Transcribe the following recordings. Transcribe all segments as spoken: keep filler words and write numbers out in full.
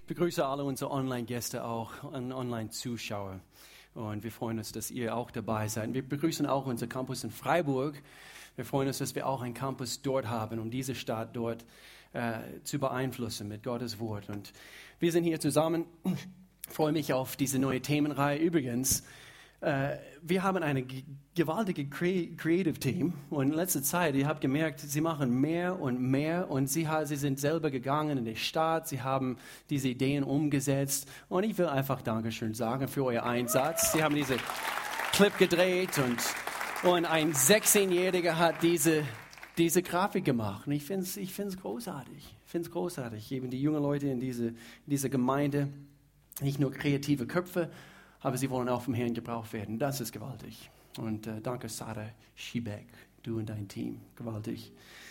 Ich begrüße alle unsere Online-Gäste auch und Online-Zuschauer. Und wir freuen uns, dass ihr auch dabei seid. Wir begrüßen auch unser Campus in Freiburg. Wir freuen uns, dass wir auch einen Campus dort haben, um diese Stadt dort äh, zu beeinflussen mit Gottes Wort. Und wir sind hier zusammen. Ich freue mich auf diese neue Themenreihe. Übrigens, äh, wir haben ein g- gewaltiges Cre- Creative Team. Und in letzter Zeit, ihr habt gemerkt, sie machen mehr und mehr. Und sie, sie sind selber gegangen in die Stadt. Sie haben diese Ideen umgesetzt. Und ich will einfach Dankeschön sagen für euren Einsatz. Sie haben diese Clip gedreht und Und ein sechzehnjähriger hat diese, diese Grafik gemacht. Und ich finde es ich find's großartig. Ich finde es großartig. Eben die jungen Leute in diese, in dieser Gemeinde, nicht nur kreative Köpfe, aber sie wollen auch vom Herrn gebraucht werden. Das ist gewaltig. Und äh, danke, Sarah Schiebeck, du und dein Team. Gewaltig.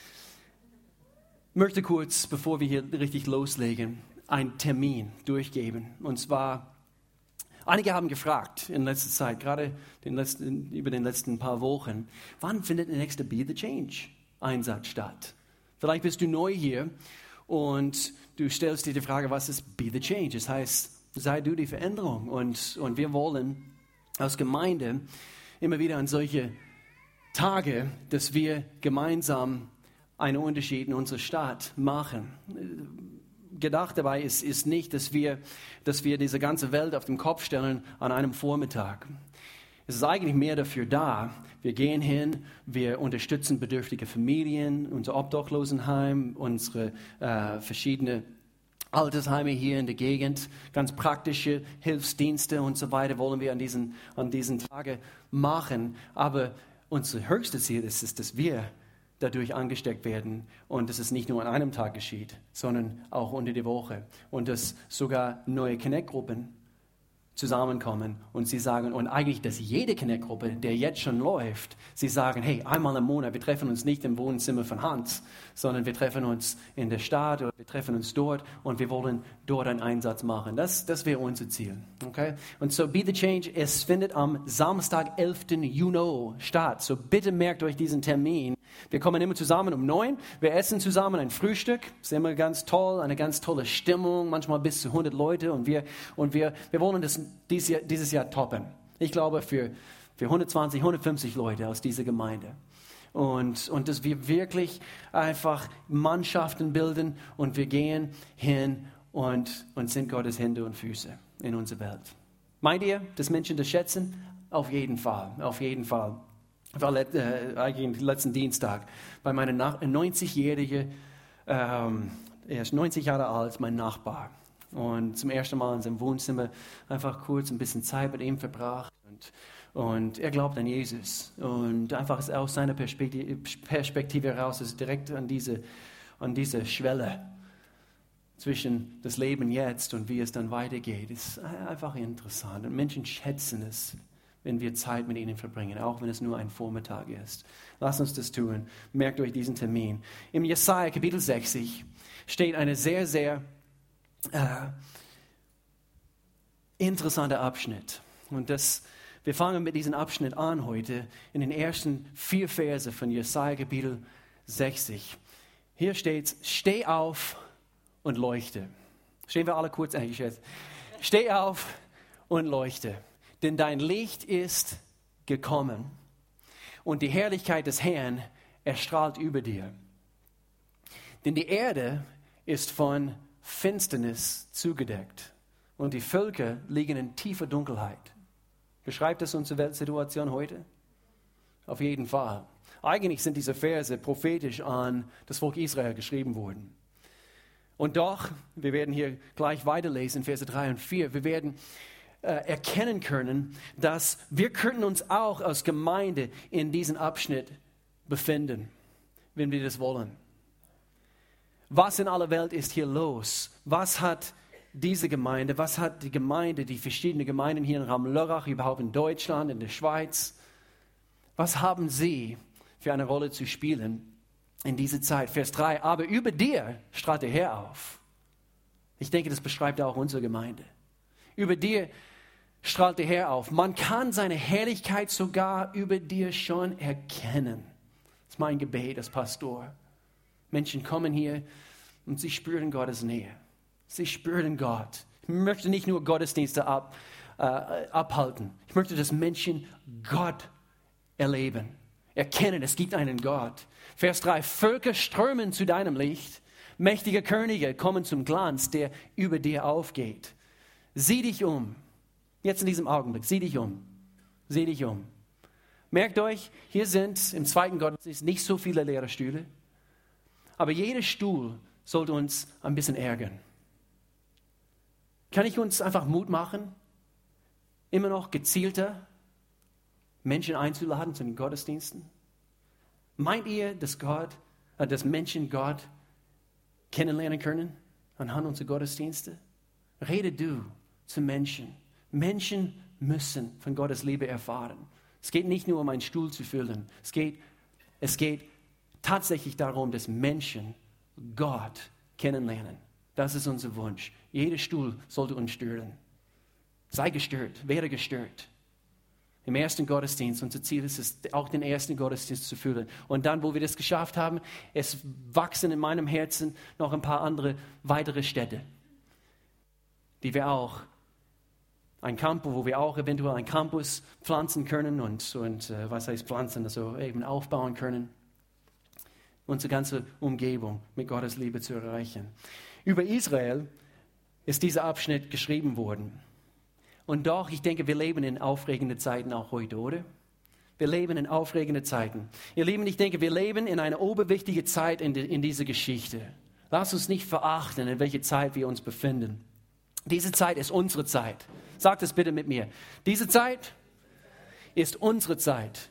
Ich möchte kurz, bevor wir hier richtig loslegen, einen Termin durchgeben. Und zwar... Einige haben gefragt in letzter Zeit, gerade den letzten, über den letzten paar Wochen, wann findet der nächste Be the Change Einsatz statt? Vielleicht bist du neu hier und du stellst dir die Frage, was ist Be the Change? Das heißt, sei du die Veränderung. Und, und wir wollen als Gemeinde immer wieder an solche Tage, dass wir gemeinsam einen Unterschied in unserer Stadt machen. Gedacht dabei ist, ist nicht, dass wir, dass wir diese ganze Welt auf den Kopf stellen an einem Vormittag. Es ist eigentlich mehr dafür da. Wir gehen hin, wir unterstützen bedürftige Familien, unser Obdachlosenheim, unsere äh, verschiedene Altersheime hier in der Gegend, ganz praktische Hilfsdienste und so weiter wollen wir an diesen, an diesen Tagen machen. Aber unser höchstes Ziel ist es, dass wir dadurch angesteckt werden und dass es nicht nur an einem Tag geschieht, sondern auch unter der Woche und dass sogar neue Connect-Gruppen zusammenkommen und sie sagen, und eigentlich, dass jede Connect-Gruppe, der jetzt schon läuft, sie sagen, hey, einmal im Monat, wir treffen uns nicht im Wohnzimmer von Hans, sondern wir treffen uns in der Stadt oder wir treffen uns dort und wir wollen dort einen Einsatz machen. Das, das wäre unser Ziel. Okay? Und so Be the Change, es findet am Samstag, elften Juni statt. So bitte merkt euch diesen Termin. Wir kommen immer zusammen um neun, wir essen zusammen ein Frühstück, das ist immer ganz toll, eine ganz tolle Stimmung, manchmal bis zu hundert Leute und wir, und wir, wir wollen das dieses Jahr, dieses Jahr toppen. Ich glaube für, für hundertzwanzig, hundertfünfzig Leute aus dieser Gemeinde. Und, und dass wir wirklich einfach Mannschaften bilden und wir gehen hin und, und sind Gottes Hände und Füße in unserer Welt. Meint ihr, dass Menschen das schätzen? Auf jeden Fall, auf jeden Fall. Ich war let, äh, eigentlich letzten Dienstag bei meiner neunzigjährigen, ähm, er ist neunzig Jahre alt, mein Nachbar. Und zum ersten Mal in seinem Wohnzimmer einfach kurz ein bisschen Zeit mit ihm verbracht. Und, und er glaubt an Jesus. Und einfach aus seiner Perspektive, Perspektive heraus ist direkt an diese, an diese Schwelle zwischen das Leben jetzt und wie es dann weitergeht. Es ist einfach interessant. Und Menschen schätzen es, wenn wir Zeit mit ihnen verbringen, auch wenn es nur ein Vormittag ist. Lasst uns das tun. Merkt euch diesen Termin. Im Jesaja Kapitel sechzig steht eine sehr, sehr äh, interessanter Abschnitt. Und das, wir fangen mit diesem Abschnitt an heute in den ersten vier Verse von Jesaja Kapitel sechzig. Hier steht: Steh auf und leuchte. Stehen wir alle kurz eingeschätzt. Steh auf und leuchte. Denn dein Licht ist gekommen und die Herrlichkeit des Herrn erstrahlt über dir. Denn die Erde ist von Finsternis zugedeckt und die Völker liegen in tiefer Dunkelheit. Beschreibt das unsere Weltsituation heute? Auf jeden Fall. Eigentlich sind diese Verse prophetisch an das Volk Israel geschrieben worden. Und doch, wir werden hier gleich weiterlesen, Verse drei und vier, wir werden erkennen können, dass wir könnten uns auch als Gemeinde in diesem Abschnitt befinden, wenn wir das wollen. Was in aller Welt ist hier los? Was hat diese Gemeinde, was hat die Gemeinde, die verschiedenen Gemeinden hier in Ramm-Lörrach, überhaupt in Deutschland, in der Schweiz, was haben sie für eine Rolle zu spielen in dieser Zeit? Vers drei, aber über dir strahlt der Herr auf. Ich denke, das beschreibt auch unsere Gemeinde. Über dir strahlt der Herr auf. Man kann seine Herrlichkeit sogar über dir schon erkennen. Das ist mein Gebet als Pastor. Menschen kommen hier und sie spüren Gottes Nähe. Sie spüren Gott. Ich möchte nicht nur Gottesdienste ab, äh, abhalten. Ich möchte, dass Menschen Gott erleben. Erkennen, es gibt einen Gott. Vers drei, Völker strömen zu deinem Licht. Mächtige Könige kommen zum Glanz, der über dir aufgeht. Sieh dich um. Jetzt in diesem Augenblick, sieh dich um. Sieh dich um. Merkt euch, hier sind im zweiten Gottesdienst nicht so viele leere Stühle. Aber jeder Stuhl sollte uns ein bisschen ärgern. Kann ich uns einfach Mut machen, immer noch gezielter Menschen einzuladen zu den Gottesdiensten? Meint ihr, dass Gott, äh, dass Menschen Gott kennenlernen können anhand unserer Gottesdienste? Rede du zu Menschen. Menschen müssen von Gottes Liebe erfahren. Es geht nicht nur um einen Stuhl zu füllen. Es geht, es geht tatsächlich darum, dass Menschen Gott kennenlernen. Das ist unser Wunsch. Jeder Stuhl sollte uns stören. Sei gestört, werde gestört. Im ersten Gottesdienst, unser Ziel ist es, auch den ersten Gottesdienst zu füllen. Und dann, wo wir das geschafft haben, es wachsen in meinem Herzen noch ein paar andere, weitere Städte, die wir auch, ein Campus, wo wir auch eventuell einen Campus pflanzen können und, und äh, was heißt pflanzen, also eben aufbauen können, unsere ganze Umgebung mit Gottes Liebe zu erreichen. Über Israel ist dieser Abschnitt geschrieben worden. Und doch, ich denke, wir leben in aufregenden Zeiten auch heute, oder? Wir leben in aufregenden Zeiten. Ihr Lieben, ich denke, wir leben in einer oberwichtigen Zeit in, die, in dieser Geschichte. Lasst uns nicht verachten, in welcher Zeit wir uns befinden. Diese Zeit ist unsere Zeit. Sagt es bitte mit mir. Diese Zeit ist unsere Zeit.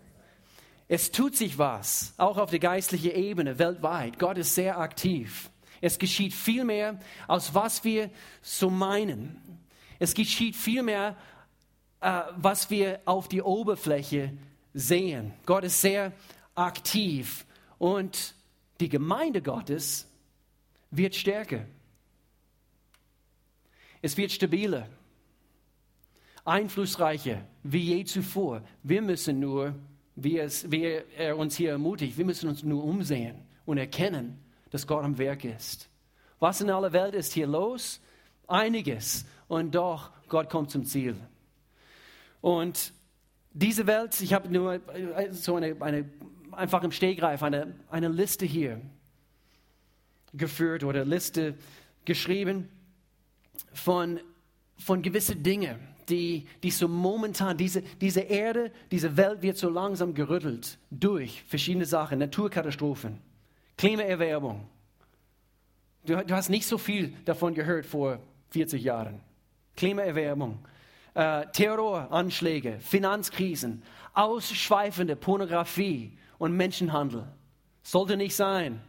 Es tut sich was, auch auf der geistlichen Ebene, weltweit. Gott ist sehr aktiv. Es geschieht viel mehr, als was wir so meinen. Es geschieht viel mehr, äh, was wir auf die Oberfläche sehen. Gott ist sehr aktiv und die Gemeinde Gottes wird stärker. Es wird stabiler, einflussreicher wie je zuvor. Wir müssen nur, wie, es, wie er uns hier ermutigt, wir müssen uns nur umsehen und erkennen, dass Gott am Werk ist. Was in aller Welt ist hier los? Einiges. Und doch, Gott kommt zum Ziel. Und diese Welt, ich habe nur so eine, eine einfach im Stegreif eine, eine Liste hier geführt oder Liste geschrieben von, von gewissen Dingen, die, die so momentan, diese, diese Erde, diese Welt wird so langsam gerüttelt durch verschiedene Sachen, Naturkatastrophen, Klimaerwärmung. Du, du hast nicht so viel davon gehört vor vierzig Jahren. Klimaerwärmung, äh, Terroranschläge, Finanzkrisen, ausschweifende Pornografie und Menschenhandel. Sollte nicht sein.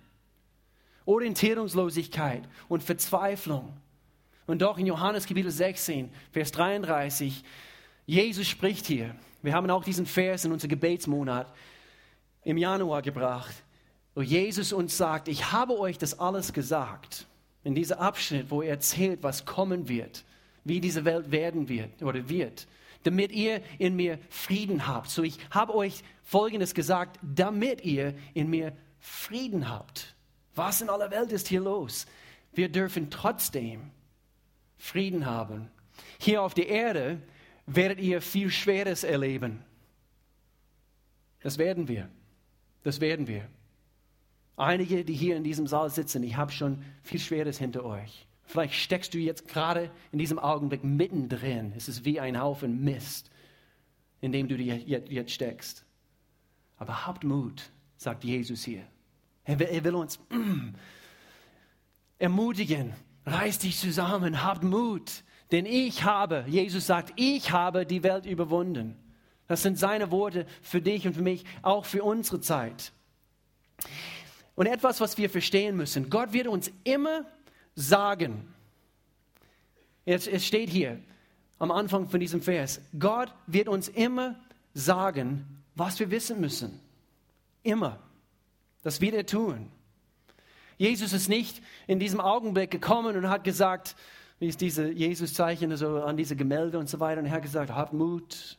Orientierungslosigkeit und Verzweiflung. Und doch in Johannes Kapitel sechzehn, Vers dreiunddreißig, Jesus spricht hier. Wir haben auch diesen Vers in unser Gebetsmonat im Januar gebracht, wo Jesus uns sagt, ich habe euch das alles gesagt. In diesem Abschnitt, wo er erzählt, was kommen wird, wie diese Welt werden wird oder wird, damit ihr in mir Frieden habt. So, ich habe euch Folgendes gesagt, damit ihr in mir Frieden habt. Was in aller Welt ist hier los? Wir dürfen trotzdem Frieden haben. Hier auf der Erde werdet ihr viel Schweres erleben. Das werden wir. Das werden wir. Einige, die hier in diesem Saal sitzen, ich habe schon viel Schweres hinter euch. Vielleicht steckst du jetzt gerade in diesem Augenblick mittendrin. Es ist wie ein Haufen Mist, in dem du jetzt steckst. Aber habt Mut, sagt Jesus hier. Er will, er will uns mm, ermutigen. Reiß dich zusammen, habt Mut. Denn ich habe, Jesus sagt, ich habe die Welt überwunden. Das sind seine Worte für dich und für mich, auch für unsere Zeit. Und etwas, was wir verstehen müssen, Gott wird uns immer sagen, es, es steht hier am Anfang von diesem Vers, Gott wird uns immer sagen, was wir wissen müssen. Immer. Das wird er tun. Jesus ist nicht in diesem Augenblick gekommen und hat gesagt, wie ist diese Jesus-Zeichen so an diese Gemälde und so weiter, und er hat gesagt, habt Mut,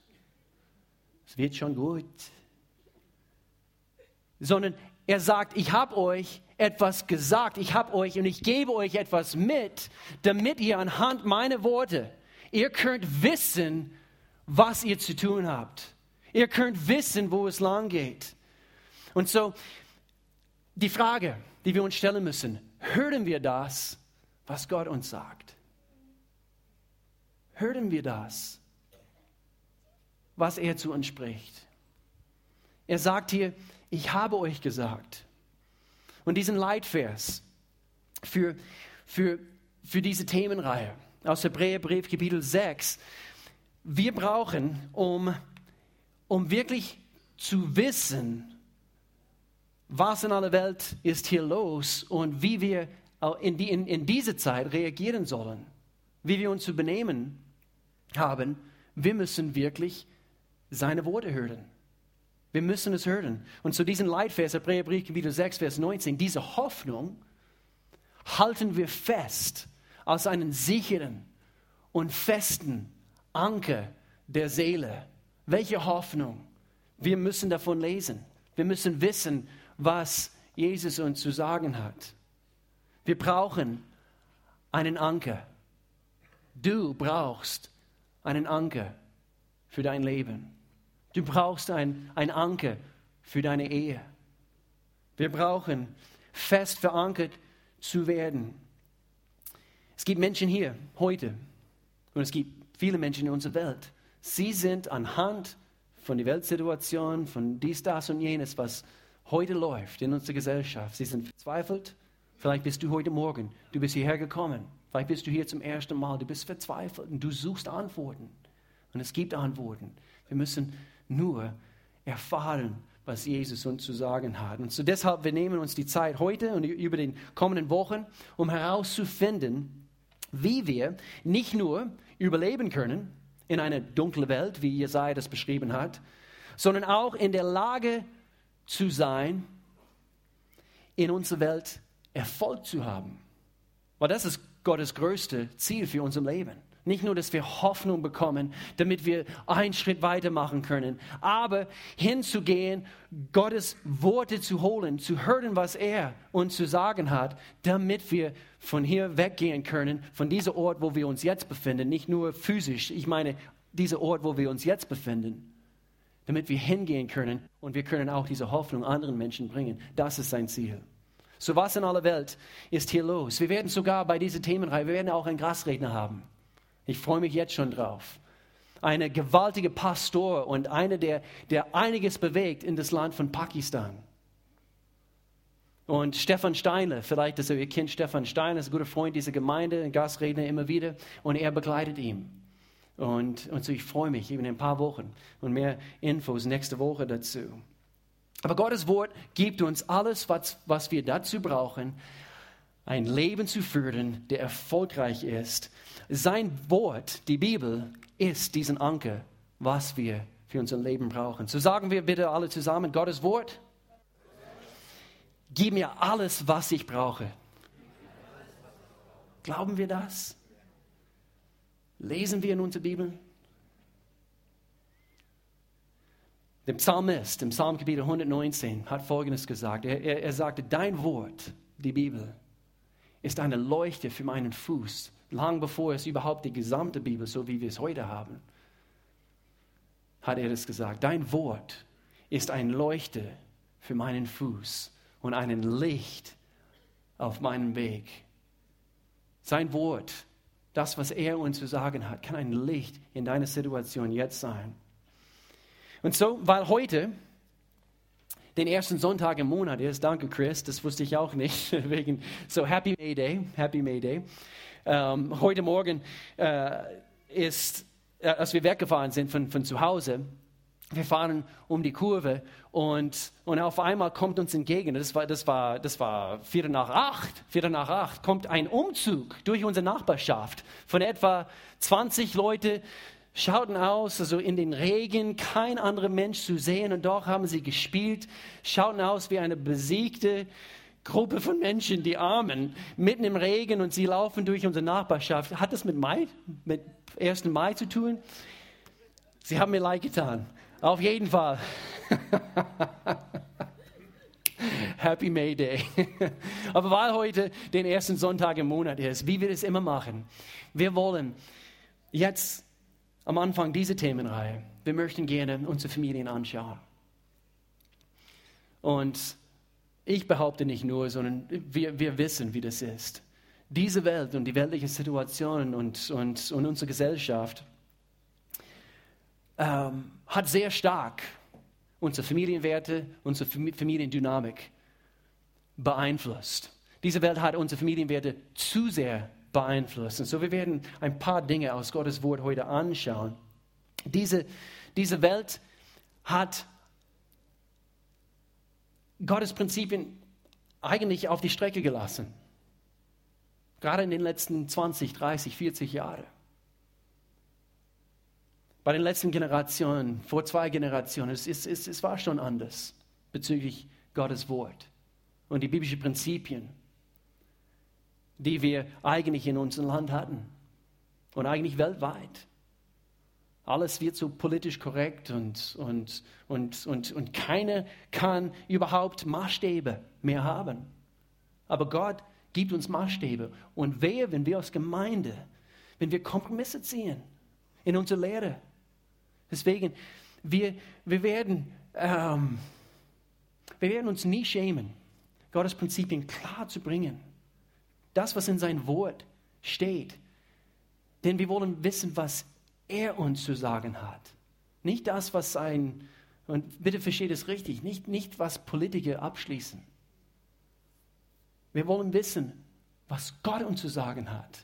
es wird schon gut. Sondern er sagt, ich habe euch etwas gesagt. Ich habe euch und ich gebe euch etwas mit, damit ihr anhand meiner Worte, ihr könnt wissen, was ihr zu tun habt. Ihr könnt wissen, wo es lang geht. Und so, die Frage, die wir uns stellen müssen, hören wir das, was Gott uns sagt? Hören wir das, was er zu uns spricht? Er sagt hier, ich habe euch gesagt. Und diesen Leitvers für, für, für diese Themenreihe aus Hebräerbrief Kapitel sechs, wir brauchen, um, um wirklich zu wissen, was in aller Welt ist hier los und wie wir in, die, in, in diese Zeit reagieren sollen, wie wir uns zu benehmen haben, wir müssen wirklich seine Worte hören. Wir müssen es hören. Und zu diesem Leitvers, Hebräerbrief Kapitel sechs, Vers neunzehn, diese Hoffnung halten wir fest als einen sicheren und festen Anker der Seele. Welche Hoffnung? Wir müssen davon lesen. Wir müssen wissen, was Jesus uns zu sagen hat. Wir brauchen einen Anker. Du brauchst einen Anker für dein Leben. Du brauchst ein, ein Anker für deine Ehe. Wir brauchen fest verankert zu werden. Es gibt Menschen hier heute und es gibt viele Menschen in unserer Welt. Sie sind anhand von der Weltsituation, von dies, das und jenes, was heute läuft in unserer Gesellschaft. Sie sind verzweifelt. Vielleicht bist du heute Morgen, du bist hierher gekommen. Vielleicht bist du hier zum ersten Mal. Du bist verzweifelt und du suchst Antworten. Und es gibt Antworten. Wir müssen nur erfahren, was Jesus uns zu sagen hat. Und so deshalb, wir nehmen uns die Zeit heute und über den kommenden Wochen, um herauszufinden, wie wir nicht nur überleben können in einer dunklen Welt, wie Jesaja das beschrieben hat, sondern auch in der Lage zu sein, in unserer Welt Erfolg zu haben. Weil das ist Gottes größtes Ziel für unser Leben. Nicht nur, dass wir Hoffnung bekommen, damit wir einen Schritt weitermachen können, aber hinzugehen, Gottes Worte zu holen, zu hören, was er uns zu sagen hat, damit wir von hier weggehen können, von diesem Ort, wo wir uns jetzt befinden, nicht nur physisch, ich meine, dieser Ort, wo wir uns jetzt befinden, damit wir hingehen können und wir können auch diese Hoffnung anderen Menschen bringen. Das ist sein Ziel. So was in aller Welt ist hier los? Wir werden sogar bei dieser Themenreihe, wir werden auch einen Gastredner haben. Ich freue mich jetzt schon drauf. Eine gewaltige Pastor und einer, der, der einiges bewegt in das Land von Pakistan. Und Stefan Steinle, vielleicht ist er, ihr kennt Stefan Steinle, ist ein guter Freund dieser Gemeinde, ein Gastredner immer wieder. Und er begleitet ihn. Und, und so ich freue mich eben in ein paar Wochen und mehr Infos nächste Woche dazu. Aber Gottes Wort gibt uns alles, was, was wir dazu brauchen, ein Leben zu führen, der erfolgreich ist. Sein Wort, die Bibel, ist diesen Anker, was wir für unser Leben brauchen. So sagen wir bitte alle zusammen, Gottes Wort, gib mir alles, was ich brauche. Glauben wir das? Lesen wir in unserer Bibel? Der Psalmist, im Psalmkapitel hundertneunzehn, hat Folgendes gesagt. Er, er, er sagte, dein Wort, die Bibel, ist eine Leuchte für meinen Fuß, lang bevor es überhaupt die gesamte Bibel, so wie wir es heute haben, hat er das gesagt. Dein Wort ist eine Leuchte für meinen Fuß und ein Licht auf meinem Weg. Sein Wort, das, was er uns zu sagen hat, kann ein Licht in deiner Situation jetzt sein. Und so, weil heute den ersten Sonntag im Monat ist, danke Chris, das wusste ich auch nicht, wegen so Happy May Day, Happy May Day. Ähm, heute Morgen äh, ist, äh, als wir weggefahren sind von, von zu Hause, wir fahren um die Kurve und, und auf einmal kommt uns entgegen, das war, das war, das war Viertel nach acht, Viertel nach acht, kommt ein Umzug durch unsere Nachbarschaft von etwa zwanzig Leute, schauten aus, also in den Regen, kein anderer Mensch zu sehen und doch haben sie gespielt, schauten aus wie eine besiegte Gruppe von Menschen, die Armen, mitten im Regen und sie laufen durch unsere Nachbarschaft. Hat das mit Mai, mit ersten Mai zu tun? Sie haben mir leid getan. Auf jeden Fall. Happy May Day. Aber weil heute den ersten Sonntag im Monat ist, wie wir es immer machen, wir wollen jetzt am Anfang dieser Themenreihe, wir möchten gerne unsere Familien anschauen. Und ich behaupte nicht nur, sondern wir, wir wissen, wie das ist. Diese Welt und die weltlichen Situationen und, und, und unsere Gesellschaft ähm, hat sehr stark unsere Familienwerte, unsere Familiendynamik beeinflusst. Diese Welt hat unsere Familienwerte zu sehr beeinflusst. Und so wir werden ein paar Dinge aus Gottes Wort heute anschauen. Diese, diese Welt hat Gottes Prinzipien eigentlich auf die Strecke gelassen. Gerade in den letzten zwanzig, dreißig, vierzig Jahren. Bei den letzten Generationen, vor zwei Generationen, es, es, es, es war schon anders bezüglich Gottes Wort und die biblischen Prinzipien, die wir eigentlich in unserem Land hatten und eigentlich weltweit. Alles wird so politisch korrekt und, und, und, und, und keiner kann überhaupt Maßstäbe mehr haben. Aber Gott gibt uns Maßstäbe. Und wehe, wenn wir als Gemeinde, wenn wir Kompromisse ziehen in unserer Lehre. Deswegen, wir, wir, werden, ähm, wir werden uns nie schämen, Gottes Prinzipien klar zu bringen. Das, was in sein Wort steht. Denn wir wollen wissen, was er uns zu sagen hat. Nicht das, was ein, und bitte versteht es richtig, nicht, nicht was Politiker abschließen. Wir wollen wissen, was Gott uns zu sagen hat.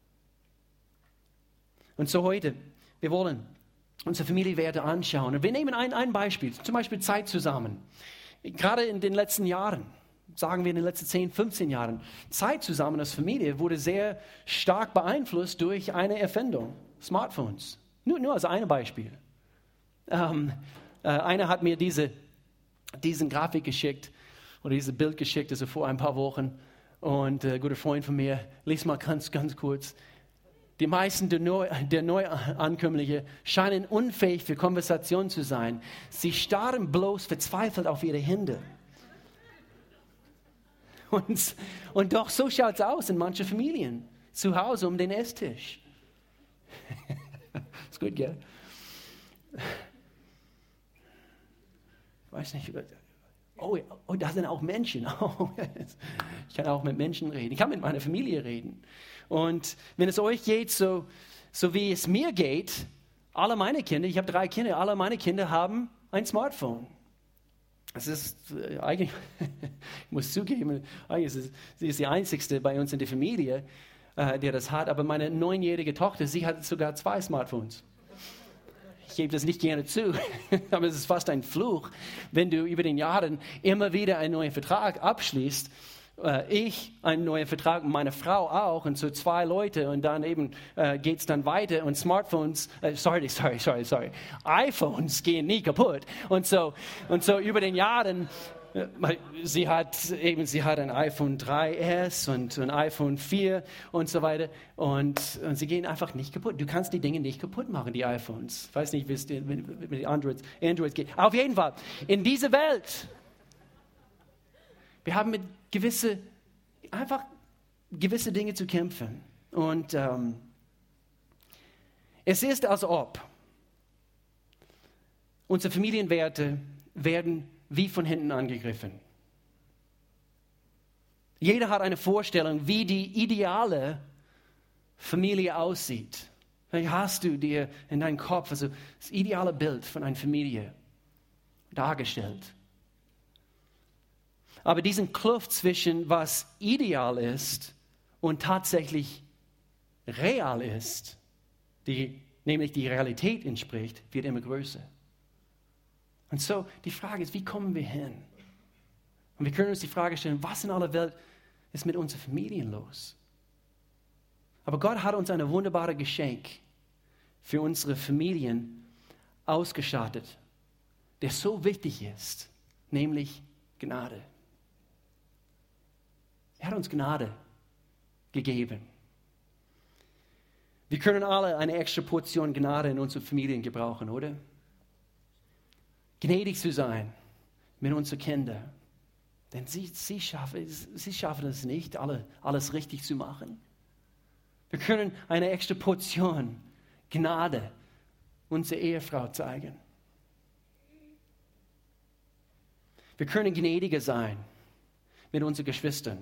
Und so heute, wir wollen unsere Familienwerte anschauen. Und wir nehmen ein, ein Beispiel, zum Beispiel Zeit zusammen. Gerade in den letzten Jahren, sagen wir in den letzten zehn, fünfzehn Jahren, Zeit zusammen als Familie wurde sehr stark beeinflusst durch eine Erfindung, Smartphones. Nur, nur als ein Beispiel. Ähm, äh, einer hat mir diese, diesen Grafik geschickt oder dieses Bild geschickt, also vor ein paar Wochen. Und äh, ein guter Freund von mir, lies mal ganz, ganz kurz. Die meisten der, Neu, der Neuankömmlinge scheinen unfähig für Konversation zu sein. Sie starren bloß verzweifelt auf ihre Hände. Und, und doch, so schaut es aus in manchen Familien. Zu Hause um den Esstisch. Ist gut, gell? Ich weiß nicht. Oh, oh, da sind auch Menschen. Oh, ich kann auch mit Menschen reden. Ich kann mit meiner Familie reden. Und wenn es euch geht, so, so wie es mir geht, alle meine Kinder, ich habe drei Kinder, alle meine Kinder haben ein Smartphone. Es ist äh, eigentlich, ich muss zugeben, eigentlich ist es, sie ist die einzigste bei uns in der Familie, äh, der das hat. Aber meine neunjährige Tochter, sie hat sogar zwei Smartphones. Ich gebe das nicht gerne zu, aber es ist fast ein Fluch, wenn du über den Jahren immer wieder einen neuen Vertrag abschließt. Äh, ich einen neuen Vertrag und meine Frau auch und so zwei Leute und dann eben äh, geht es dann weiter und Smartphones, äh, sorry, sorry, sorry, sorry, iPhones gehen nie kaputt und so und so über den Jahren. Sie hat eben, sie hat ein iPhone drei S und ein iPhone vier und so weiter und, und sie gehen einfach nicht kaputt. Du kannst die Dinge nicht kaputt machen, die iPhones. Ich weiß nicht, wie es mit den Androids, Androids geht. Auf jeden Fall, in dieser Welt, wir haben mit gewisse, einfach gewisse Dinge zu kämpfen. Und ähm, es ist, als ob unsere Familienwerte werden wie von hinten angegriffen. Jeder hat eine Vorstellung, wie die ideale Familie aussieht. Vielleicht hast du dir in deinem Kopf also das ideale Bild von einer Familie dargestellt. Aber diesen Kluft zwischen was ideal ist und tatsächlich real ist, die nämlich die Realität entspricht, wird immer größer. Und so, die Frage ist, wie kommen wir hin? Und wir können uns die Frage stellen, was in aller Welt ist mit unseren Familien los? Aber Gott hat uns ein wunderbares Geschenk für unsere Familien ausgestattet, der so wichtig ist, nämlich Gnade. Er hat uns Gnade gegeben. Wir können alle eine extra Portion Gnade in unseren Familien gebrauchen, oder? Gnädig zu sein mit unseren Kindern. Denn sie, sie, schaffen, sie schaffen es nicht, alle, alles richtig zu machen. Wir können eine extra Portion Gnade unserer Ehefrau zeigen. Wir können gnädiger sein mit unseren Geschwistern.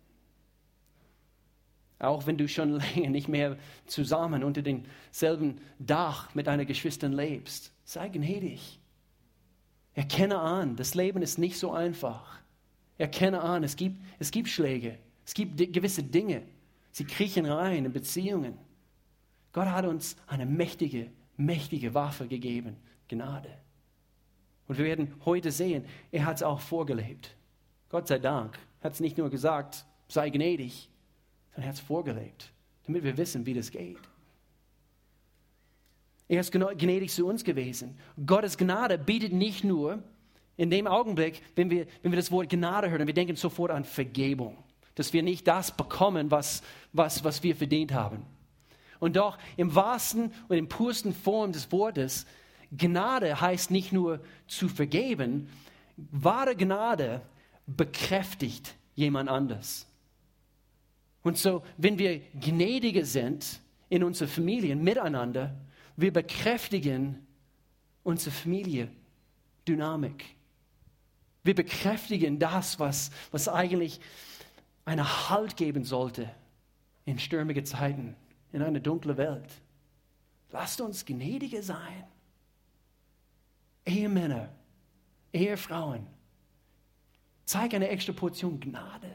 Auch wenn du schon länger nicht mehr zusammen unter demselben Dach mit deiner Geschwister lebst. Sei gnädig. Erkenne an, das Leben ist nicht so einfach. Erkenne an, es gibt, es gibt Schläge, es gibt di- gewisse Dinge. Sie kriechen rein in Beziehungen. Gott hat uns eine mächtige, mächtige Waffe gegeben, Gnade. Und wir werden heute sehen, er hat es auch vorgelebt. Gott sei Dank, er hat es nicht nur gesagt, sei gnädig, sondern er hat es vorgelebt, damit wir wissen, wie das geht. Er ist gnädig zu uns gewesen. Gottes Gnade bietet nicht nur in dem Augenblick, wenn wir, wenn wir das Wort Gnade hören, wir denken sofort an Vergebung, dass wir nicht das bekommen, was, was, was wir verdient haben. Und doch im wahrsten und im pursten Form des Wortes, Gnade heißt nicht nur zu vergeben, wahre Gnade bekräftigt jemand anders. Und so, wenn wir gnädiger sind in unserer Familie miteinander, wir bekräftigen unsere Familie Dynamik. Wir bekräftigen das, was, was eigentlich einen Halt geben sollte in stürmige Zeiten, in einer dunklen Welt. Lasst uns gnädiger sein. Ehemänner, Ehefrauen, zeig eine extra Portion Gnade.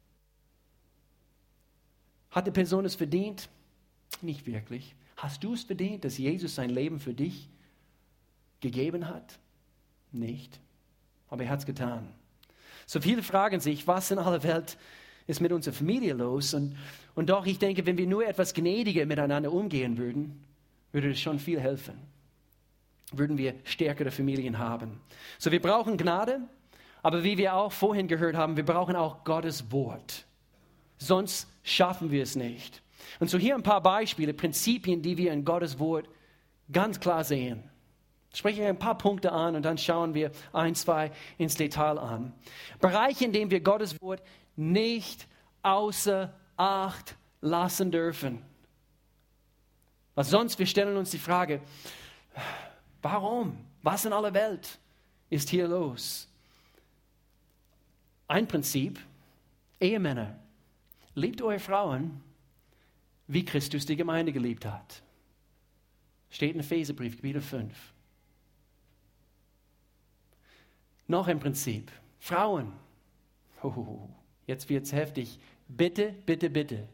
Hat die Person es verdient? Nicht wirklich. Hast du es verdient, dass Jesus sein Leben für dich gegeben hat? Nicht. Aber er hat es getan. So viele fragen sich, was in aller Welt ist mit unserer Familie los? Und, und doch, ich denke, wenn wir nur etwas gnädiger miteinander umgehen würden, würde das schon viel helfen. Würden wir stärkere Familien haben. So, wir brauchen Gnade, aber wie wir auch vorhin gehört haben, wir brauchen auch Gottes Wort. Sonst schaffen wir es nicht. Und so hier ein paar Beispiele, Prinzipien, die wir in Gottes Wort ganz klar sehen. Ich spreche ein paar Punkte an und dann schauen wir ein, zwei ins Detail an. Bereiche, in denen wir Gottes Wort nicht außer Acht lassen dürfen. Weil sonst, wir stellen uns die Frage, warum? Was in aller Welt ist hier los? Ein Prinzip, Ehemänner, liebt eure Frauen, wie Christus die Gemeinde geliebt hat. Steht in Epheserbrief, Kapitel fünf. Noch ein Prinzip. Frauen, oh, jetzt wird es heftig. Bitte, bitte, bitte.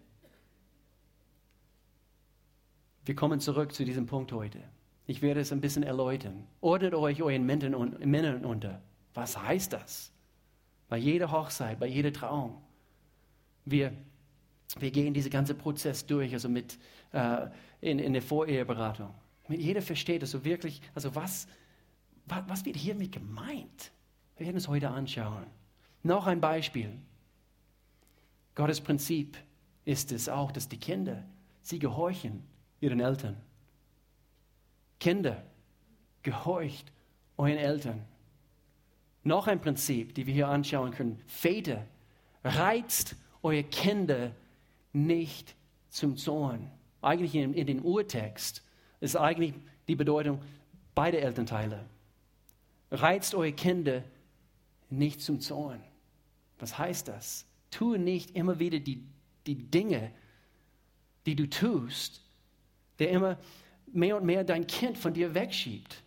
Wir kommen zurück zu diesem Punkt heute. Ich werde es ein bisschen erläutern. Ordnet euch euren Männern unter. Was heißt das? Bei jeder Hochzeit, bei jeder Trauung. Wir, wir gehen diesen ganzen Prozess durch, also mit äh, in, in der Voreheberatung. Damit jeder versteht, also wirklich, also was, was, was wird hiermit gemeint? Wir werden es heute anschauen. Noch ein Beispiel. Gottes Prinzip ist es auch, dass die Kinder, sie gehorchen ihren Eltern. Kinder, gehorcht euren Eltern. Noch ein Prinzip, die wir hier anschauen können. Väter, reizt eure Kinder nicht zum Zorn. Eigentlich in, in den Urtext ist eigentlich die Bedeutung beider Elternteile. Reizt eure Kinder nicht zum Zorn. Was heißt das? Tue nicht immer wieder die, die Dinge, die du tust, der immer mehr und mehr dein Kind von dir wegschiebt.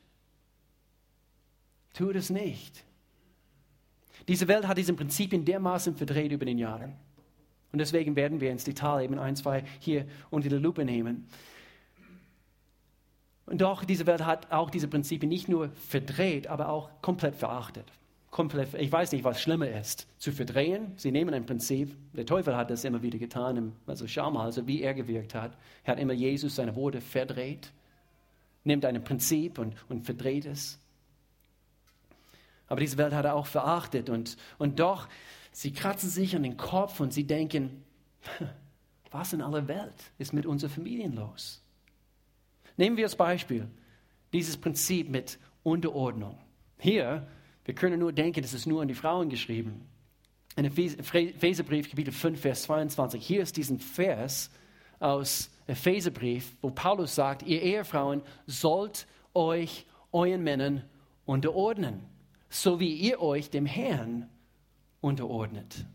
Tue das nicht. Diese Welt hat diese Prinzipien dermaßen verdreht über den Jahren. Und deswegen werden wir ins Detail eben ein, zwei hier unter die Lupe nehmen. Und doch, diese Welt hat auch diese Prinzipien nicht nur verdreht, aber auch komplett verachtet. Komplett, ich weiß nicht, was schlimmer ist, zu verdrehen. Sie nehmen ein Prinzip. Der Teufel hat das immer wieder getan. Also schau mal, also wie er gewirkt hat. Er hat immer Jesus seine Worte verdreht. Nimmt ein Prinzip und, und verdreht es. Aber diese Welt hat er auch verachtet. Und, und doch, sie kratzen sich an den Kopf und sie denken, was in aller Welt ist mit unseren Familien los? Nehmen wir als Beispiel dieses Prinzip mit Unterordnung. Hier, wir können nur denken, das ist nur an die Frauen geschrieben. in Epheserbrief, Kapitel fünf, Vers zweiundzwanzig. Hier ist diesen Vers aus Epheserbrief, wo Paulus sagt, ihr Ehefrauen sollt euch euren Männern unterordnen, so wie ihr euch dem Herrn unterordnet.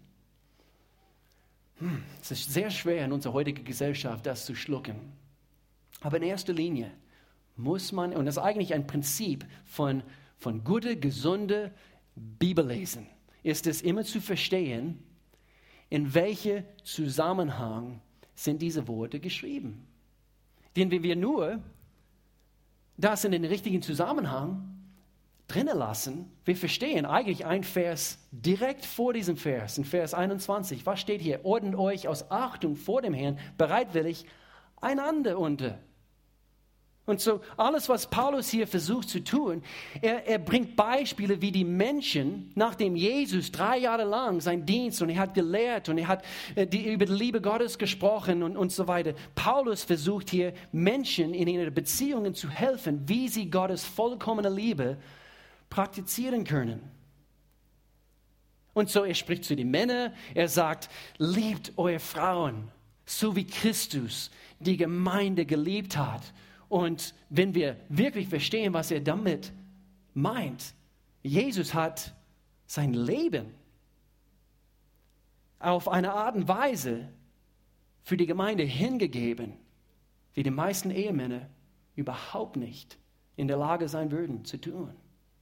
Hm, es ist sehr schwer in unserer heutigen Gesellschaft, das zu schlucken. Aber in erster Linie muss man, und das ist eigentlich ein Prinzip von, von guter, gesunder Bibellesen, ist es immer zu verstehen, in welchem Zusammenhang sind diese Worte geschrieben. Denn wenn wir nur das in den richtigen Zusammenhang drinnen lassen, wir verstehen eigentlich ein Vers direkt vor diesem Vers, in Vers einundzwanzig. Was steht hier? Ordnet euch aus Achtung vor dem Herrn bereitwillig einander unter. Und so alles, was Paulus hier versucht zu tun, er, er bringt Beispiele, wie die Menschen, nachdem Jesus drei Jahre lang sein Dienst und er hat gelehrt und er hat äh, die, über die Liebe Gottes gesprochen und, und so weiter. Paulus versucht hier Menschen in ihren Beziehungen zu helfen, wie sie Gottes vollkommene Liebe praktizieren können. Und so er spricht zu den Männern, er sagt, liebt eure Frauen, so wie Christus die Gemeinde geliebt hat. Und wenn wir wirklich verstehen, was er damit meint, Jesus hat sein Leben auf eine Art und Weise für die Gemeinde hingegeben, wie die meisten Ehemänner überhaupt nicht in der Lage sein würden zu tun.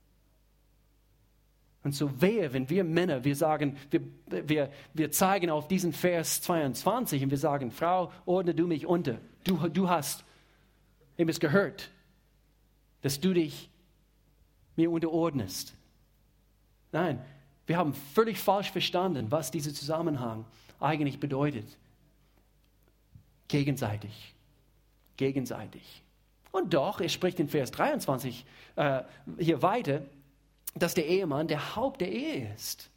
Und so wehe, wenn wir Männer, wir sagen, wir, wir, wir zeigen auf diesen Vers zweiundzwanzig und wir sagen, Frau, ordne du mich unter. Du, du hast ihm es gehört, dass du dich mir unterordnest. Nein, wir haben völlig falsch verstanden, was dieser Zusammenhang eigentlich bedeutet. Gegenseitig. Gegenseitig. Und doch, er spricht in Vers dreiundzwanzig äh, hier weiter, dass der Ehemann der Haupt der Ehe ist.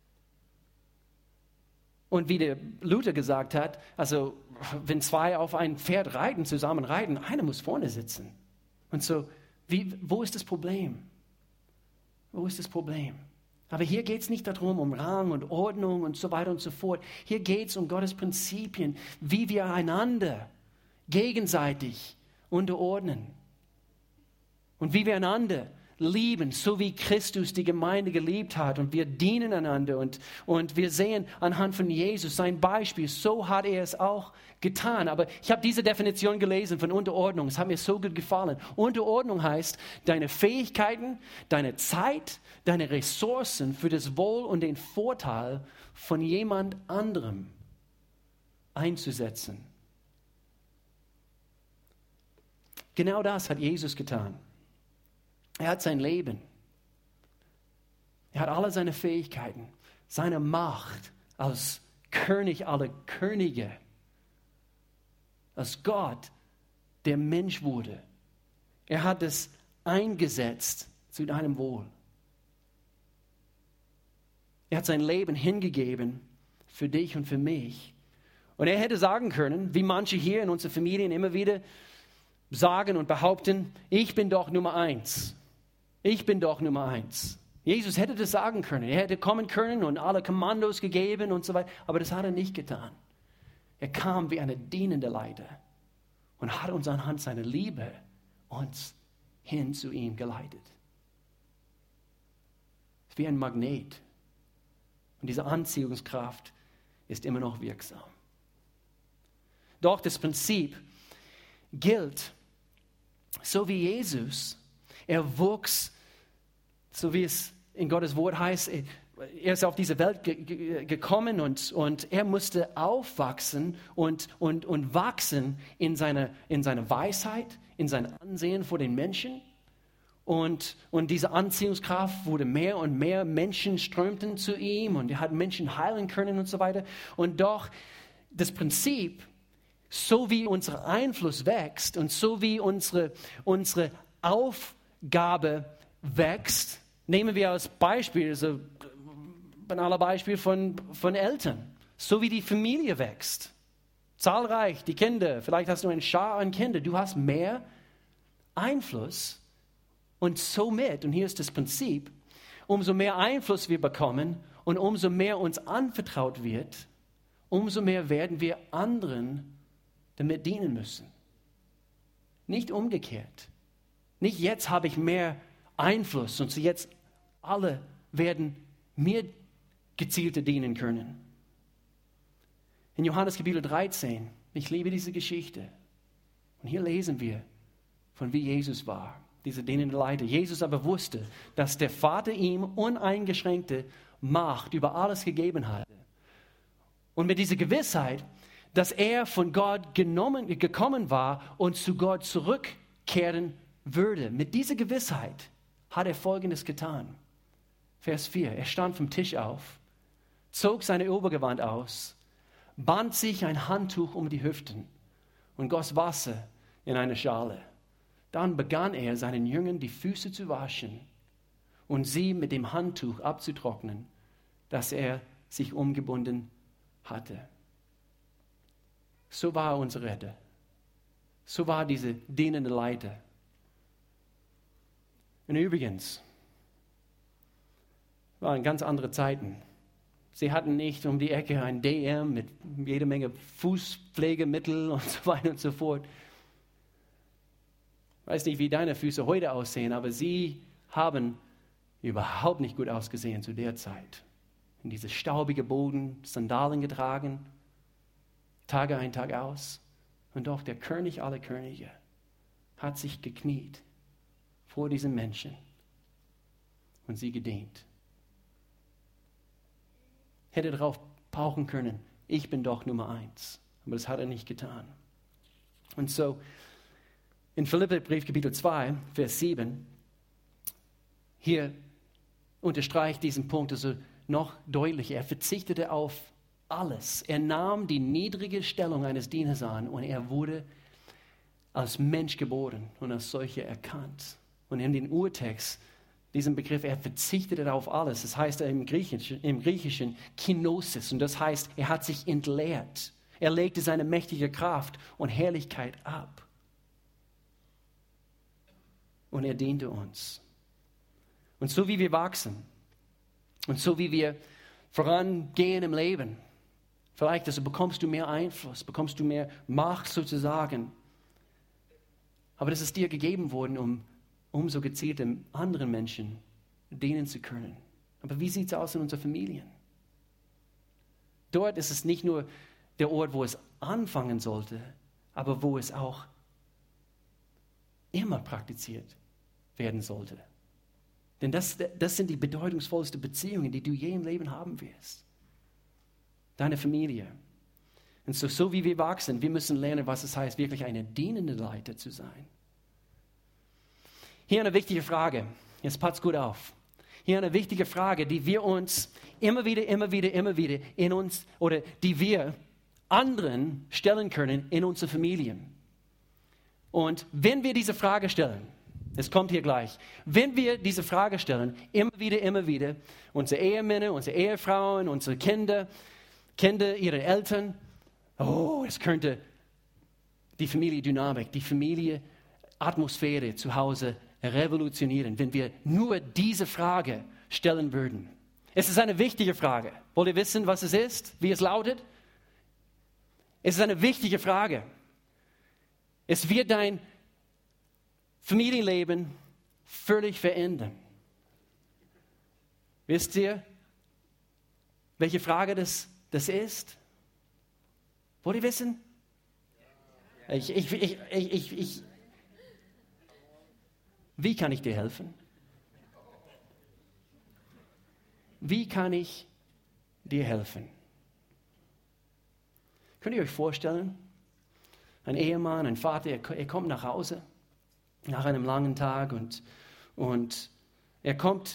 Und wie der Luther gesagt hat, also wenn zwei auf ein Pferd reiten, zusammen reiten, einer muss vorne sitzen. Und so, wie, wo ist das Problem? Wo ist das Problem? Aber hier geht es nicht darum, um Rang und Ordnung und so weiter und so fort. Hier geht es um Gottes Prinzipien, wie wir einander gegenseitig unterordnen. Und wie wir einander lieben, so wie Christus die Gemeinde geliebt hat. Und wir dienen einander. Und, und wir sehen anhand von Jesus sein Beispiel. So hat er es auch getan. Aber ich habe diese Definition gelesen von Unterordnung. Es hat mir so gut gefallen. Unterordnung heißt, deine Fähigkeiten, deine Zeit, deine Ressourcen für das Wohl und den Vorteil von jemand anderem einzusetzen. Genau das hat Jesus getan. Er hat sein Leben, er hat alle seine Fähigkeiten, seine Macht als König aller Könige, als Gott, der Mensch wurde. Er hat es eingesetzt zu deinem Wohl. Er hat sein Leben hingegeben für dich und für mich. Und er hätte sagen können, wie manche hier in unseren Familien immer wieder sagen und behaupten, ich bin doch Nummer eins. Ich bin doch Nummer eins. Jesus hätte das sagen können. Er hätte kommen können und alle Kommandos gegeben und so weiter. Aber das hat er nicht getan. Er kam wie eine dienende Leiter und hat uns anhand seiner Liebe uns hin zu ihm geleitet. Es ist wie ein Magnet. Und diese Anziehungskraft ist immer noch wirksam. Doch das Prinzip gilt, so wie Jesus. Er wuchs, so wie es in Gottes Wort heißt, er ist auf diese Welt ge- ge- gekommen und, und er musste aufwachsen und, und, und wachsen in seiner in seine Weisheit, in sein Ansehen vor den Menschen. Und, und diese Anziehungskraft wurde mehr und mehr, Menschen strömten zu ihm und er hat Menschen heilen können und so weiter. Und doch das Prinzip, so wie unser Einfluss wächst und so wie unsere, unsere Aufgabe wächst, nehmen wir als Beispiel, also banale Beispiel von, von Eltern, so wie die Familie wächst, zahlreich, die Kinder, vielleicht hast du eine Schar an Kindern, du hast mehr Einfluss und somit, und hier ist das Prinzip, umso mehr Einfluss wir bekommen, Und umso mehr uns anvertraut wird, umso mehr werden wir anderen damit dienen müssen. Nicht umgekehrt. Nicht jetzt habe ich mehr Einfluss und so jetzt alle werden mir gezielter dienen können. In Johannes Kapitel dreizehn, ich liebe diese Geschichte. Und hier lesen wir von wie Jesus war, dieser dienende Leiter. Jesus aber wusste, dass der Vater ihm uneingeschränkte Macht über alles gegeben hatte. Und mit dieser Gewissheit, dass er von Gott genommen, gekommen war und zu Gott zurückkehren würde, mit dieser Gewissheit hat er Folgendes getan. Vers vier, er stand vom Tisch auf, zog seine Obergewand aus, band sich ein Handtuch um die Hüften und goss Wasser in eine Schale. Dann begann er, seinen Jüngern die Füße zu waschen und sie mit dem Handtuch abzutrocknen, das er sich umgebunden hatte. So war unser Retter. So war diese dienende Leiter. Und übrigens, waren ganz andere Zeiten. Sie hatten nicht um die Ecke ein D M mit jeder Menge Fußpflegemittel und so weiter und so fort. Ich weiß nicht, wie deine Füße heute aussehen, aber sie haben überhaupt nicht gut ausgesehen zu der Zeit. In diese staubige Boden, Sandalen getragen, Tage ein, Tag aus. Und doch der König aller Könige hat sich gekniet vor diesen Menschen und sie gedient. Hätte darauf pauken können, ich bin doch Nummer eins. Aber das hat er nicht getan. Und so, in Philipperbrief Kapitel zwei, Vers sieben, hier unterstreicht diesen Punkt also noch deutlicher. Er verzichtete auf alles. Er nahm die niedrige Stellung eines Dieners an und er wurde als Mensch geboren und als solcher erkannt. Und in den Urtext, diesen Begriff, er verzichtete auf alles. Das heißt im Griechischen, im Griechischen Kenosis. Und das heißt, er hat sich entleert. Er legte seine mächtige Kraft und Herrlichkeit ab. Und er diente uns. Und so wie wir wachsen und so wie wir vorangehen im Leben, vielleicht also bekommst du mehr Einfluss, bekommst du mehr Macht sozusagen. Aber das ist dir gegeben worden, um umso gezielter anderen Menschen dienen zu können. Aber wie sieht es aus in unseren Familien? Dort ist es nicht nur der Ort, wo es anfangen sollte, aber wo es auch immer praktiziert werden sollte. Denn das, das sind die bedeutungsvollsten Beziehungen, die du je im Leben haben wirst. Deine Familie. Und so, so wie wir wachsen, wir müssen lernen, was es heißt, wirklich eine dienende Leiter zu sein. Hier eine wichtige Frage. Jetzt passt gut auf. Hier eine wichtige Frage, die wir uns immer wieder, immer wieder, immer wieder in uns oder die wir anderen stellen können in unseren Familien. Und wenn wir diese Frage stellen, es kommt hier gleich, wenn wir diese Frage stellen, immer wieder, immer wieder, unsere Ehemänner, unsere Ehefrauen, unsere Kinder, Kinder ihrer Eltern, oh, es könnte die Familiendynamik, die Familienatmosphäre zu Hause revolutionieren, wenn wir nur diese Frage stellen würden. Es ist eine wichtige Frage. Wollt ihr wissen, was es ist, wie es lautet? Es ist eine wichtige Frage. Es wird dein Familienleben völlig verändern. Wisst ihr, welche Frage das, das ist? Wollt ihr wissen? Ich, ich, ich, ich, ich, ich, wie kann ich dir helfen? Wie kann ich dir helfen? Könnt ihr euch vorstellen, ein Ehemann, ein Vater, er, er kommt nach Hause nach einem langen Tag und, und er kommt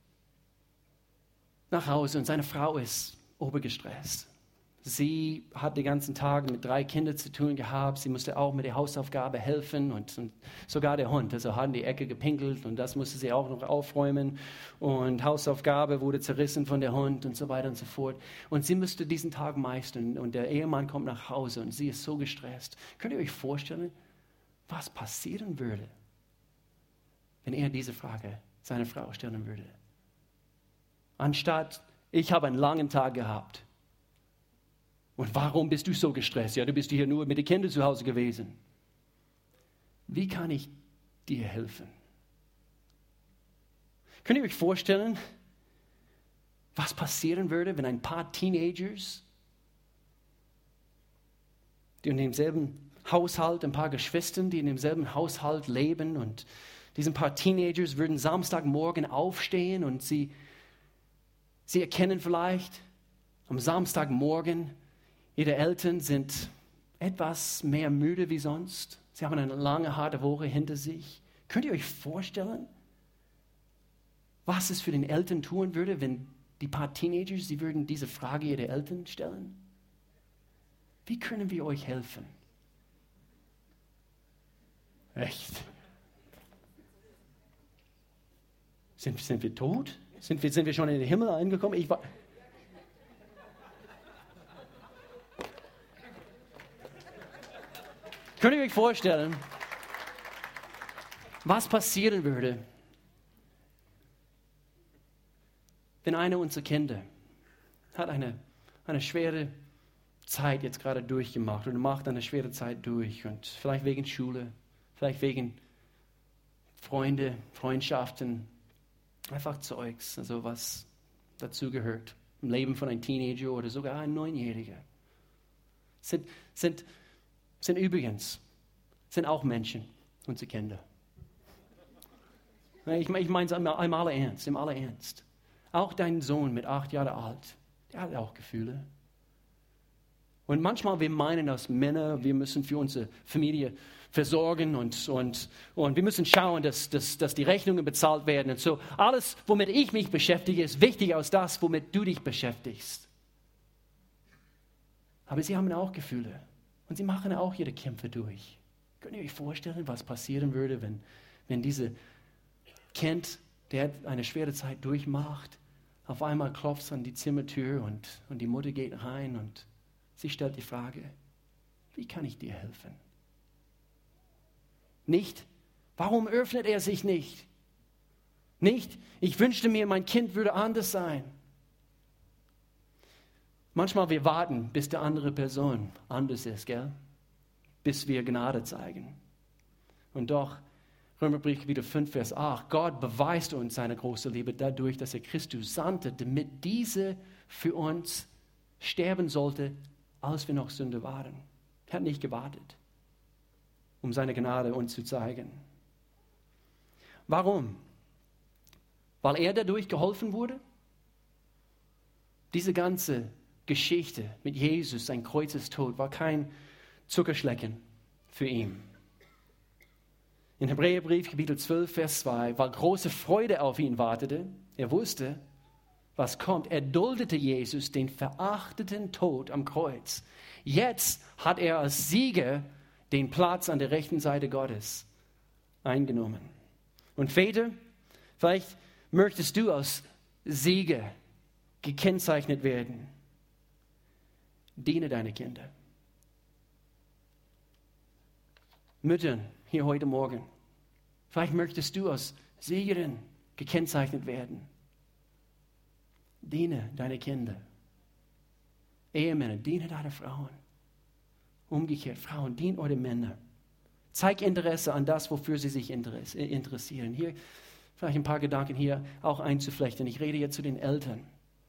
nach Hause und seine Frau ist obergestresst. Sie hat den ganzen Tag mit drei Kindern zu tun gehabt. Sie musste auch mit der Hausaufgabe helfen und, und sogar der Hund. Also hat in die Ecke gepinkelt und das musste sie auch noch aufräumen. Und Hausaufgabe wurde zerrissen von der Hund und so weiter und so fort. Und sie musste diesen Tag meistern und der Ehemann kommt nach Hause und sie ist so gestresst. Könnt ihr euch vorstellen, was passieren würde, wenn er diese Frage seiner Frau stellen würde? Anstatt ich habe einen langen Tag gehabt. Und warum bist du so gestresst? Ja, du bist hier nur mit den Kindern zu Hause gewesen. Wie kann ich dir helfen? Könnt ihr euch vorstellen, was passieren würde, wenn ein paar Teenagers, die in demselben Haushalt, ein paar Geschwistern, die in demselben Haushalt leben, und diese paar Teenagers würden Samstagmorgen aufstehen und sie, sie erkennen vielleicht am Samstagmorgen, ihre Eltern sind etwas mehr müde wie sonst. Sie haben eine lange, harte Woche hinter sich. Könnt ihr euch vorstellen, was es für den Eltern tun würde, wenn die paar Teenagers, sie würden diese Frage ihrer Eltern stellen? Wie können wir euch helfen? Echt? Sind, sind wir tot? Sind wir, sind wir schon in den Himmel angekommen? Ich war... Könnt ihr euch vorstellen, was passieren würde, wenn einer unserer Kinder hat eine, eine schwere Zeit jetzt gerade durchgemacht oder macht eine schwere Zeit durch, und vielleicht wegen Schule, vielleicht wegen Freunde, Freundschaften, einfach Zeugs, also was dazugehört im Leben von einem Teenager oder sogar einem Neunjähriger. Sind, sind, sind übrigens, sind auch Menschen, unsere Kinder. Ich, ich meine es im aller Ernst, im aller Ernst. Auch dein Sohn mit acht Jahren alt, der hat auch Gefühle. Und manchmal, wir meinen als Männer, wir müssen für unsere Familie versorgen und, und, und wir müssen schauen, dass, dass, dass die Rechnungen bezahlt werden. Und so, alles, womit ich mich beschäftige, ist wichtiger als das, womit du dich beschäftigst. Aber sie haben auch Gefühle und sie machen auch ihre Kämpfe durch. Könnt ihr euch vorstellen, was passieren würde, wenn, wenn diese Kind, der eine schwere Zeit durchmacht, auf einmal klopft es an die Zimmertür und, und die Mutter geht rein und sie stellt die Frage, wie kann ich dir helfen? Nicht, warum öffnet er sich nicht? Nicht, ich wünschte mir, mein Kind würde anders sein. Manchmal wir warten, bis die andere Person anders ist, gell? Bis wir Gnade zeigen. Und doch, Römerbrief Kapitel fünf, Vers acht, Gott beweist uns seine große Liebe dadurch, dass er Christus sandte, damit diese für uns sterben sollte, als wir noch Sünder waren. Er hat nicht gewartet, um seine Gnade uns zu zeigen. Warum? Weil er dadurch geholfen wurde? Diese ganze Geschichte mit Jesus, sein Kreuzestod, war kein Zuckerschlecken für ihn. In Hebräerbrief Kapitel zwölf, Vers zwei, weil große Freude auf ihn wartete, er wusste, was kommt. Er duldete Jesus den verachteten Tod am Kreuz. Jetzt hat er als Sieger den Platz an der rechten Seite Gottes eingenommen. Und Väter, vielleicht möchtest du als Sieger gekennzeichnet werden. Diene deine Kinder. Müttern hier heute Morgen, vielleicht möchtest du als Siegerin gekennzeichnet werden. Diene deine Kinder. Ehemänner, diene deine Frauen. Umgekehrt, Frauen, dient eure Männer. Zeig Interesse an das, wofür sie sich interessieren. Hier vielleicht ein paar Gedanken hier auch einzuflechten. Ich rede jetzt zu den Eltern.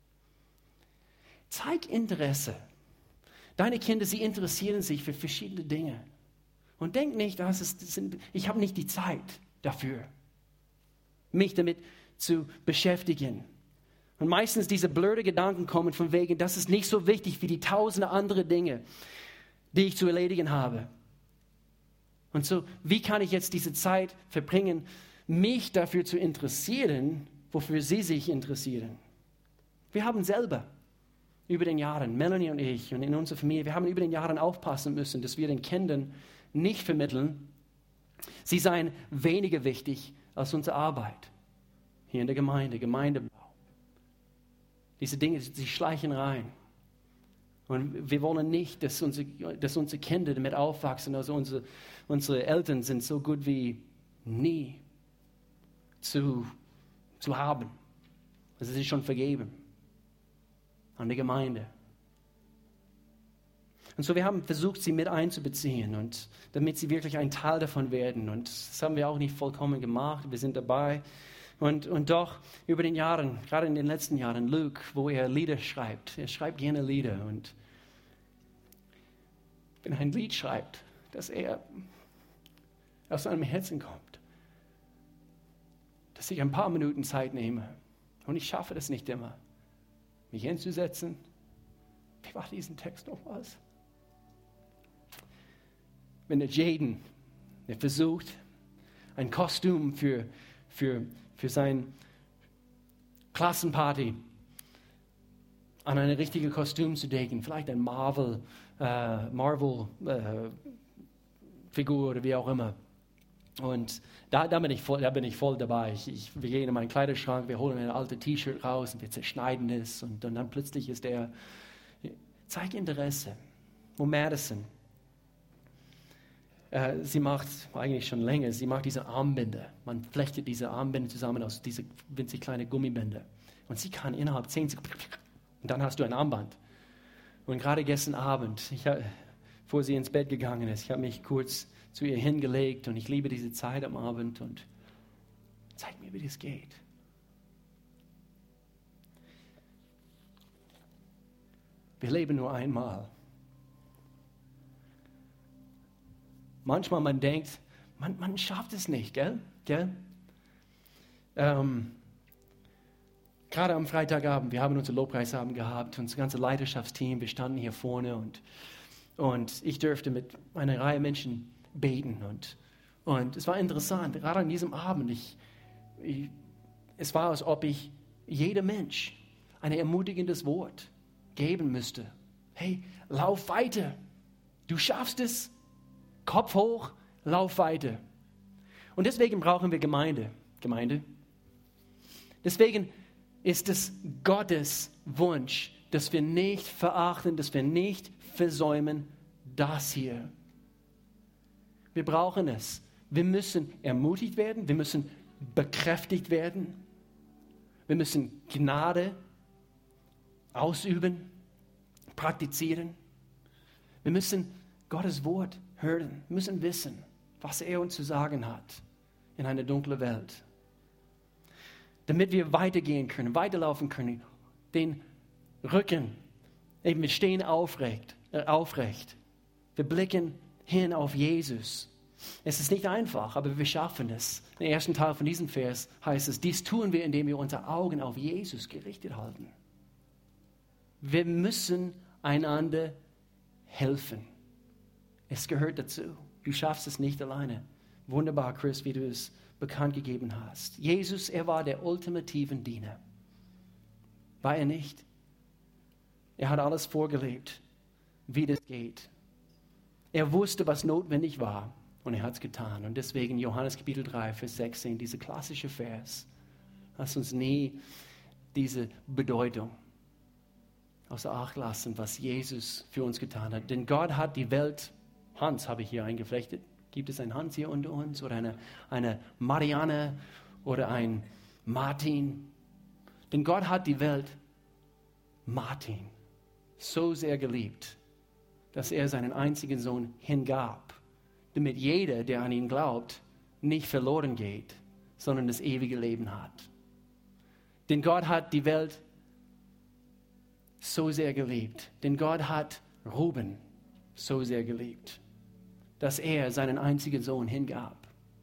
Zeig Interesse. Deine Kinder, sie interessieren sich für verschiedene Dinge. Und denk nicht, das ist, das sind, ich habe nicht die Zeit dafür, mich damit zu beschäftigen. Und meistens diese blöden Gedanken kommen von wegen, das ist nicht so wichtig wie die tausende andere Dinge, die ich zu erledigen habe. Und so, wie kann ich jetzt diese Zeit verbringen, mich dafür zu interessieren, wofür sie sich interessieren? Wir haben selber über den Jahren, Melanie und ich und in unserer Familie, wir haben über den Jahren aufpassen müssen, dass wir den Kindern nicht vermitteln, sie seien weniger wichtig als unsere Arbeit hier in der Gemeinde, Gemeindebau. Diese Dinge, sie schleichen rein. Und wir wollen nicht, dass unsere, dass unsere Kinder damit aufwachsen. Also unsere, unsere Eltern sind so gut wie nie zu, zu haben. Also sie sind schon vergeben. an die Gemeinde. Und so, wir haben versucht, sie mit einzubeziehen, und damit sie wirklich ein Teil davon werden. Und das haben wir auch nicht vollkommen gemacht. Wir sind dabei. Und, und doch über den Jahren, gerade in den letzten Jahren, Luke, wo er Lieder schreibt, er schreibt gerne Lieder. Und wenn er ein Lied schreibt, dass er aus seinem Herzen kommt, dass ich ein paar Minuten Zeit nehme, und ich schaffe das nicht immer, mich hinzusetzen. Wie war diesen Text nochmals? Wenn der Jaden, der versucht, ein Kostüm für, für, für seine Klassenparty an eine richtige Kostüm zu decken, vielleicht ein Marvel, äh, Marvel äh, Figur oder wie auch immer. Und da, da, bin, ich voll, da bin ich voll dabei. Ich, ich, wir gehen in meinen Kleiderschrank, wir holen ein altes T-Shirt raus und wir zerschneiden es, und, und dann plötzlich ist der, zeig Interesse. Wo Madison, äh, sie macht eigentlich schon länger, sie macht diese Armbänder. Man flechtet diese Armbänder zusammen aus diese winzig kleine Gummibänder. Und sie kann innerhalb zehn Sekunden, und dann hast du ein Armband. Und gerade gestern Abend, ich, bevor sie ins Bett gegangen ist, ich habe mich kurz zu ihr hingelegt, und ich liebe diese Zeit am Abend, und zeig mir, wie das geht. Wir leben nur einmal. Manchmal man denkt, man, man schafft es nicht, gell? gell? Ähm, gerade am Freitagabend, wir haben unsere Lobpreisabend gehabt, unser ganzes Leiterschaftsteam, wir standen hier vorne, und, und ich durfte mit einer Reihe Menschen beten, und, und es war interessant, gerade an diesem Abend, ich, ich, es war, als ob ich jedem Mensch ein ermutigendes Wort geben müsste. Hey, lauf weiter, du schaffst es, Kopf hoch, lauf weiter. Und deswegen brauchen wir Gemeinde. Gemeinde. Deswegen ist es Gottes Wunsch, dass wir nicht verachten, dass wir nicht versäumen, das hier. Wir brauchen es. Wir müssen ermutigt werden, wir müssen bekräftigt werden, wir müssen Gnade ausüben, praktizieren. Wir müssen Gottes Wort hören, wir müssen wissen, was er uns zu sagen hat in einer dunklen Welt. Damit wir weitergehen können, weiterlaufen können, den Rücken, eben wir stehen aufrecht, äh, aufrecht. Wir blicken hin auf Jesus. Es ist nicht einfach, aber wir schaffen es. Im ersten Teil von diesem Vers heißt es, dies tun wir, indem wir unsere Augen auf Jesus gerichtet halten. Wir müssen einander helfen. Es gehört dazu. Du schaffst es nicht alleine. Wunderbar, Chris, wie du es bekannt gegeben hast. Jesus, er war der ultimative Diener. War er nicht? Er hat alles vorgelebt, wie das geht. Er wusste, was notwendig war, und er hat es getan. Und deswegen Johannes Kapitel drei, Vers sechzehn, dieser klassische Vers. Lass uns nie diese Bedeutung außer Acht lassen, was Jesus für uns getan hat. Denn Gott hat die Welt, Hans habe ich hier eingeflechtet. Gibt es einen Hans hier unter uns oder eine, eine Marianne oder ein Martin? Denn Gott hat die Welt, Martin, so sehr geliebt, dass er seinen einzigen Sohn hingab, damit jeder, der an ihn glaubt, nicht verloren geht, sondern das ewige Leben hat. Denn Gott hat die Welt so sehr geliebt. Denn Gott hat Ruben so sehr geliebt, dass er seinen einzigen Sohn hingab.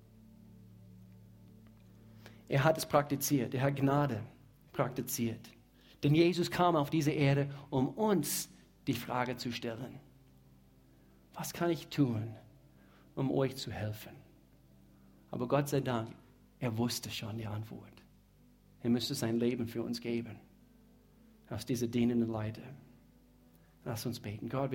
Er hat es praktiziert. Er hat Gnade praktiziert. Denn Jesus kam auf diese Erde, um uns die Frage zu stellen: Was kann ich tun, um euch zu helfen? Aber Gott sei Dank, er wusste schon die Antwort. Er müsste sein Leben für uns geben. Aus dieser dienenden Leiter. Lass uns beten. Gott,